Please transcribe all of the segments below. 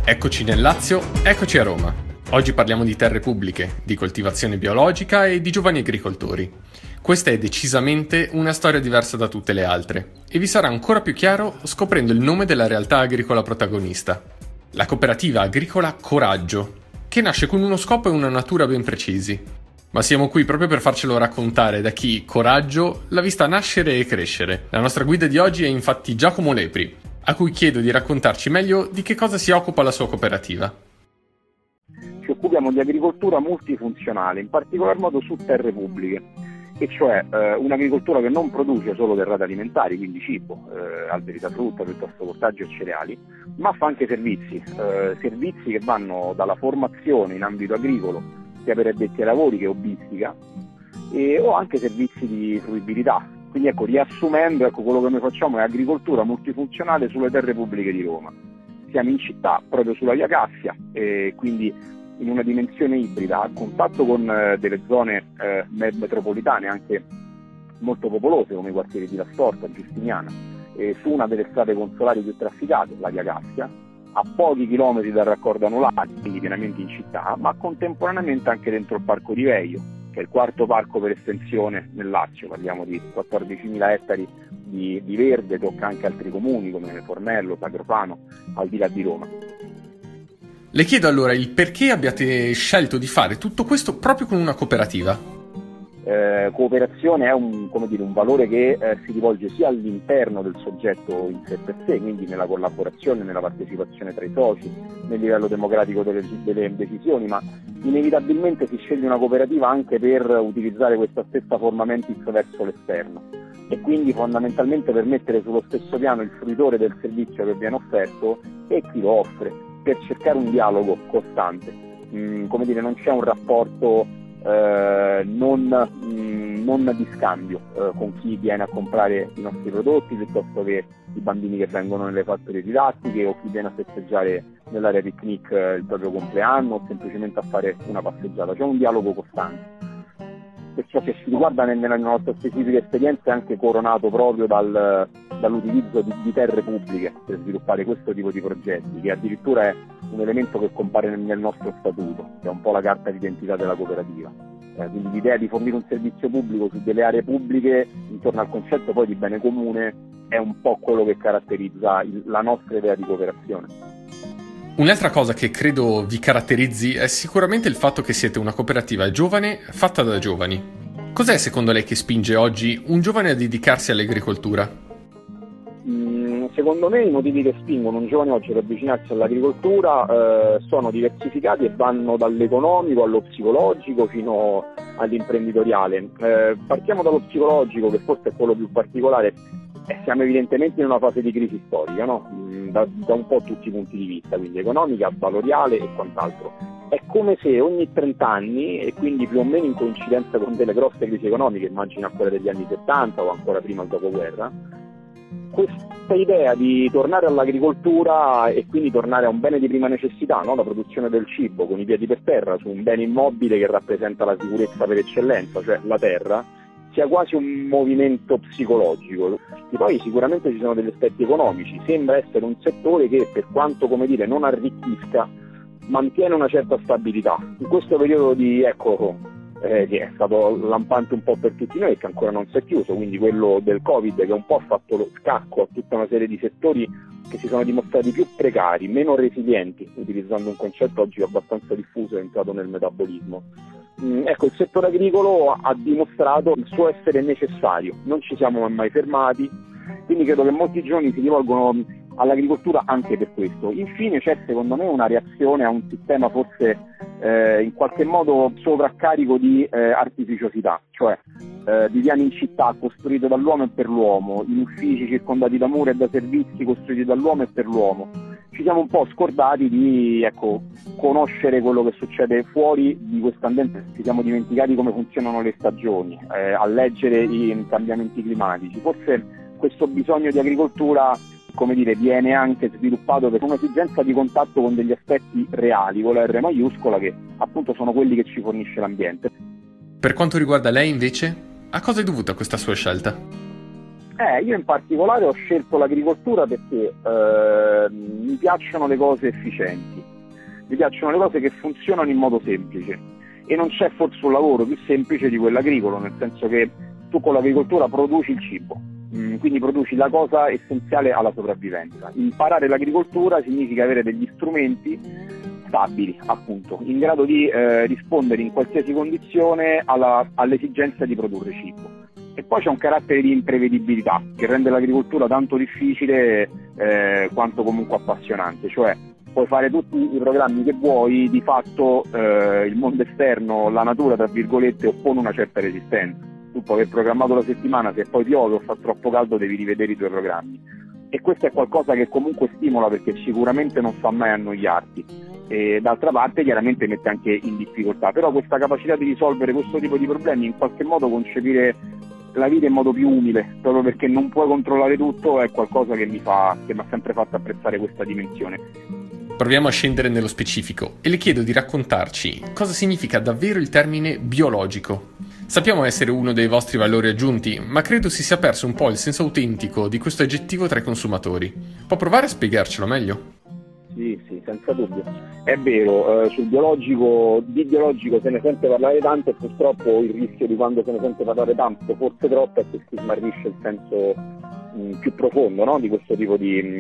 Eccoci nel Lazio, eccoci a Roma. Oggi parliamo di terre pubbliche, di coltivazione biologica e di giovani agricoltori. Questa è decisamente una storia diversa da tutte le altre e vi sarà ancora più chiaro scoprendo il nome della realtà agricola protagonista. La cooperativa agricola Coraggio, che nasce con uno scopo e una natura ben precisi. Ma siamo qui proprio per farcelo raccontare da chi Coraggio l'ha vista nascere e crescere. La nostra guida di oggi è infatti Giacomo Lepri, a cui chiedo di raccontarci meglio di che cosa si occupa la sua cooperativa. Ci occupiamo di agricoltura multifunzionale, in particolar modo su terre pubbliche, e cioè un'agricoltura che non produce solo derrate alimentari, quindi cibo, alberi da frutta, piuttosto ortaggi e cereali, ma fa anche servizi che vanno dalla formazione in ambito agricolo, sia per addetti ai lavori che hobbistica, o anche servizi di fruibilità. Quindi riassumendo, quello che noi facciamo è agricoltura multifunzionale sulle terre pubbliche di Roma. Siamo in città, proprio sulla via Cassia, e quindi in una dimensione ibrida, a contatto con delle zone metropolitane anche molto popolose, come i quartieri di La Storta, Giustiniana, su una delle strade consolari più trafficate, la via Cassia, a pochi chilometri dal raccordo anulare, quindi pienamente in città, ma contemporaneamente anche dentro il Parco di Veio, che è il quarto parco per estensione nel Lazio. Parliamo di 14.000 ettari di verde, tocca anche altri comuni come Formello, Sagrofano, al di là di Roma. Le chiedo allora il perché abbiate scelto di fare tutto questo proprio con una cooperativa. Cooperazione è un valore che si rivolge sia all'interno del soggetto in sé per sé, quindi nella collaborazione, nella partecipazione tra i soci, nel livello democratico delle decisioni, ma inevitabilmente si sceglie una cooperativa anche per utilizzare questa stessa forma mentis verso l'esterno e quindi fondamentalmente per mettere sullo stesso piano il fruitore del servizio che viene offerto e chi lo offre, per cercare un dialogo costante. Non c'è un rapporto non di scambio con chi viene a comprare i nostri prodotti, piuttosto che i bambini che vengono nelle fattorie didattiche o chi viene a festeggiare nell'area picnic il proprio compleanno o semplicemente a fare una passeggiata. C'è un dialogo costante. Per ciò che ci riguarda, nella nostra specifica esperienza, è anche coronato proprio dall'utilizzo di terre pubbliche per sviluppare questo tipo di progetti, che addirittura è un elemento che compare nel nostro statuto, che è un po' la carta d'identità della cooperativa. Quindi l'idea di fornire un servizio pubblico su delle aree pubbliche intorno al concetto poi di bene comune è un po' quello che caratterizza la nostra idea di cooperazione. Un'altra cosa che credo vi caratterizzi è sicuramente il fatto che siete una cooperativa giovane fatta da giovani. Cos'è secondo lei che spinge oggi un giovane a dedicarsi all'agricoltura? Secondo me i motivi che spingono un giovane oggi ad avvicinarsi all'agricoltura sono diversificati e vanno dall'economico allo psicologico fino all'imprenditoriale. Partiamo dallo psicologico, che forse è quello più particolare. Siamo evidentemente in una fase di crisi storica, no? Da un po' tutti i punti di vista, quindi economica, valoriale e quant'altro. È come se ogni 30 anni, e quindi più o meno in coincidenza con delle grosse crisi economiche, immagino a quelle degli anni 70 o ancora prima al dopoguerra, questa idea di tornare all'agricoltura e quindi tornare a un bene di prima necessità, no? La produzione del cibo con i piedi per terra su un bene immobile che rappresenta la sicurezza per eccellenza, cioè la terra, sia quasi un movimento psicologico. E poi sicuramente ci sono degli aspetti economici. Sembra essere un settore che, per quanto non arricchisca, mantiene una certa stabilità. In questo periodo che è stato lampante un po' per tutti noi e che ancora non si è chiuso, quindi quello del Covid, che un po' ha fatto lo scacco a tutta una serie di settori che si sono dimostrati più precari, meno resilienti, utilizzando un concetto oggi abbastanza diffuso e entrato nel metabolismo. Il settore agricolo ha dimostrato il suo essere necessario, non ci siamo mai fermati, quindi credo che molti giovani si rivolgono all'agricoltura anche per questo. Infine c'è secondo me una reazione a un sistema forse in qualche modo sovraccarico di artificiosità, cioè viviamo in città costruite dall'uomo e per l'uomo, in uffici circondati da mura e da servizi costruiti dall'uomo e per l'uomo. Ci siamo un po' scordati di conoscere quello che succede fuori di questo ambiente, ci siamo dimenticati come funzionano le stagioni, a leggere i cambiamenti climatici. Forse questo bisogno di agricoltura viene anche sviluppato per un'esigenza di contatto con degli aspetti reali, con la R maiuscola, che appunto sono quelli che ci fornisce l'ambiente. Per quanto riguarda lei invece, a cosa è dovuta questa sua scelta? Io in particolare ho scelto l'agricoltura perché mi piacciono le cose efficienti, mi piacciono le cose che funzionano in modo semplice e non c'è forse un lavoro più semplice di quello agricolo, nel senso che tu con l'agricoltura produci il cibo, quindi produci la cosa essenziale alla sopravvivenza. Imparare l'agricoltura significa avere degli strumenti stabili, appunto, in grado di rispondere in qualsiasi condizione all'esigenza di produrre cibo. E poi c'è un carattere di imprevedibilità che rende l'agricoltura tanto difficile quanto comunque appassionante, cioè puoi fare tutti i programmi che vuoi, di fatto il mondo esterno, la natura tra virgolette, oppone una certa resistenza. Tu puoi aver programmato la settimana, se poi piove o fa troppo caldo devi rivedere i tuoi programmi, e questo è qualcosa che comunque stimola, perché sicuramente non fa mai annoiarti. E d'altra parte chiaramente mette anche in difficoltà, però questa capacità di risolvere questo tipo di problemi, in qualche modo concepire la vita in modo più umile, proprio perché non puoi controllare tutto, è qualcosa che mi ha sempre fatto apprezzare questa dimensione. Proviamo a scendere nello specifico e le chiedo di raccontarci cosa significa davvero il termine biologico. Sappiamo essere uno dei vostri valori aggiunti, ma credo si sia perso un po' il senso autentico di questo aggettivo tra i consumatori. Può provare a spiegarcelo meglio? Sì, senza dubbio. È vero, di biologico se ne sente parlare tanto, e purtroppo il rischio di quando se ne sente parlare tanto, forse troppo, è che si smarrisce il senso più profondo, no? Di questo tipo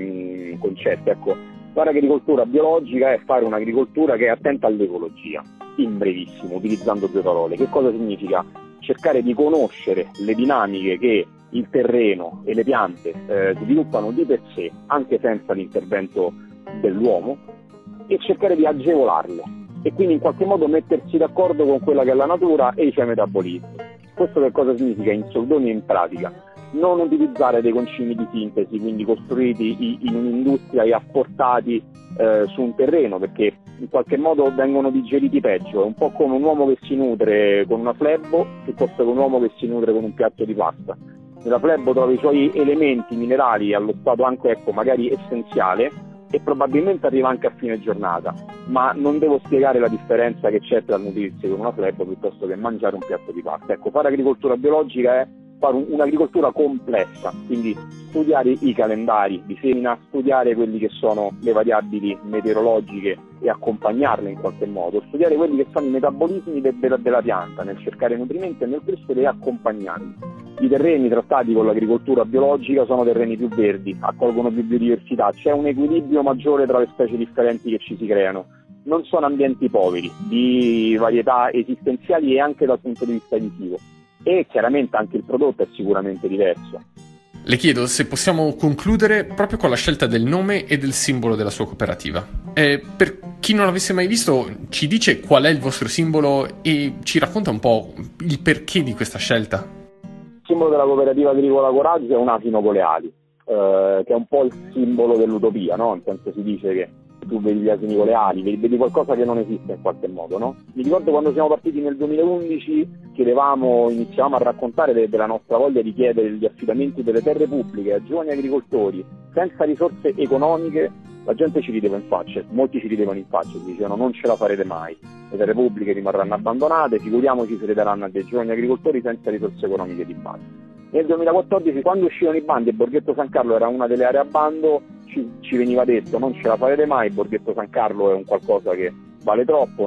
di concetti. Ecco, fare agricoltura biologica è fare un'agricoltura che è attenta all'ecologia, in brevissimo, utilizzando due parole. Che cosa significa? Cercare di conoscere le dinamiche che il terreno e le piante sviluppano di per sé, anche senza l'intervento dell'uomo, e cercare di agevolarle, e quindi in qualche modo mettersi d'accordo con quella che è la natura e i suoi metabolismi. Questo che cosa significa in soldoni e in pratica? Non utilizzare dei concimi di sintesi, quindi costruiti in un'industria e apportati su un terreno, perché in qualche modo vengono digeriti peggio. È un po' come un uomo che si nutre con una flebbo piuttosto che un uomo che si nutre con un piatto di pasta. Nella flebbo trova i suoi elementi minerali allo stato anche magari essenziale, e probabilmente arriva anche a fine giornata, ma non devo spiegare la differenza che c'è tra nutrirsi con una flebbo piuttosto che mangiare un piatto di pasta. Ecco, fare agricoltura biologica è fare un'agricoltura complessa, quindi studiare i calendari di semina, studiare quelli che sono le variabili meteorologiche e accompagnarle in qualche modo, studiare quelli che sono i metabolismi della pianta nel cercare nutrimenti e nel crescere e accompagnarli. I terreni trattati con l'agricoltura biologica sono terreni più verdi, accolgono più biodiversità, c'è un equilibrio maggiore tra le specie differenti che ci si creano. Non sono ambienti poveri di varietà esistenziali e anche dal punto di vista visivo. E chiaramente anche il prodotto è sicuramente diverso. Le chiedo se possiamo concludere proprio con la scelta del nome e del simbolo della sua cooperativa. Per chi non l'avesse mai visto, ci dice qual è il vostro simbolo e ci racconta un po' il perché di questa scelta? Il simbolo della cooperativa agricola Coraggio è un asino con le ali, che è un po' il simbolo dell'utopia, no? Nel senso, si dice che tu vedi gli asini con le ali, vedi qualcosa che non esiste in qualche modo, no? Mi ricordo quando siamo partiti nel 2011, iniziavamo a raccontare della nostra voglia di chiedere gli affidamenti delle terre pubbliche a giovani agricoltori senza risorse economiche. La gente ci rideva in faccia, molti ci ridevano in faccia, dicevano non ce la farete mai, le terre pubbliche rimarranno abbandonate, figuriamoci se le daranno a dei giovani agricoltori senza risorse economiche di base. Nel 2014, quando uscivano i bandi e Borghetto San Carlo era una delle aree a bando, ci veniva detto non ce la farete mai, Borghetto San Carlo è un qualcosa che vale troppo,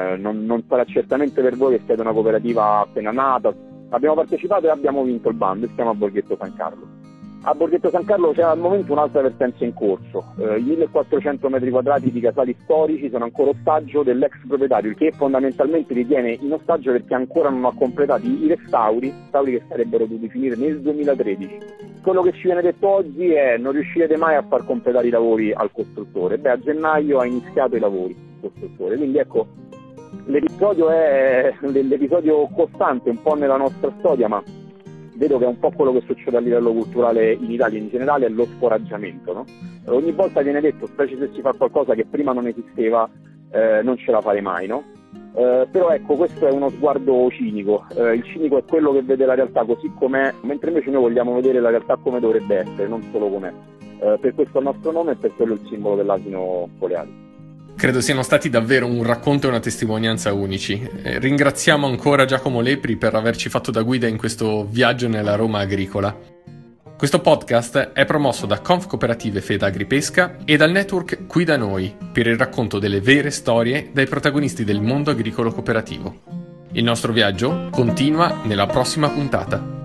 non sarà certamente per voi che siete una cooperativa appena nata. Abbiamo partecipato e abbiamo vinto il bando e siamo a Borghetto San Carlo. A Borghetto San Carlo c'è al momento un'altra vertenza in corso. I 1400 metri quadrati di casali storici sono ancora ostaggio dell'ex proprietario, che fondamentalmente li tiene in ostaggio perché ancora non ha completato i restauri che sarebbero dovuti finire nel 2013. Quello che ci viene detto oggi è: non riuscirete mai a far completare i lavori al costruttore. A gennaio ha iniziato i lavori il costruttore, quindi ecco, l'episodio è l'episodio costante un po' nella nostra storia, ma vedo che è un po' quello che succede a livello culturale in Italia in generale, è lo scoraggiamento, no? Ogni volta viene detto, specie se si fa qualcosa che prima non esisteva, non ce la fare mai, no? Però ecco, questo è uno sguardo cinico. Il cinico è quello che vede la realtà così com'è, mentre invece noi vogliamo vedere la realtà come dovrebbe essere, non solo com'è. Per questo il nostro nome e per quello il simbolo dell'asino con le ali. Credo siano stati davvero un racconto e una testimonianza unici. Ringraziamo ancora Giacomo Lepri per averci fatto da guida in questo viaggio nella Roma agricola. Questo podcast è promosso da Confcooperative Fedagri-Pesca e dal network Qui da Noi per il racconto delle vere storie dai protagonisti del mondo agricolo cooperativo. Il nostro viaggio continua nella prossima puntata.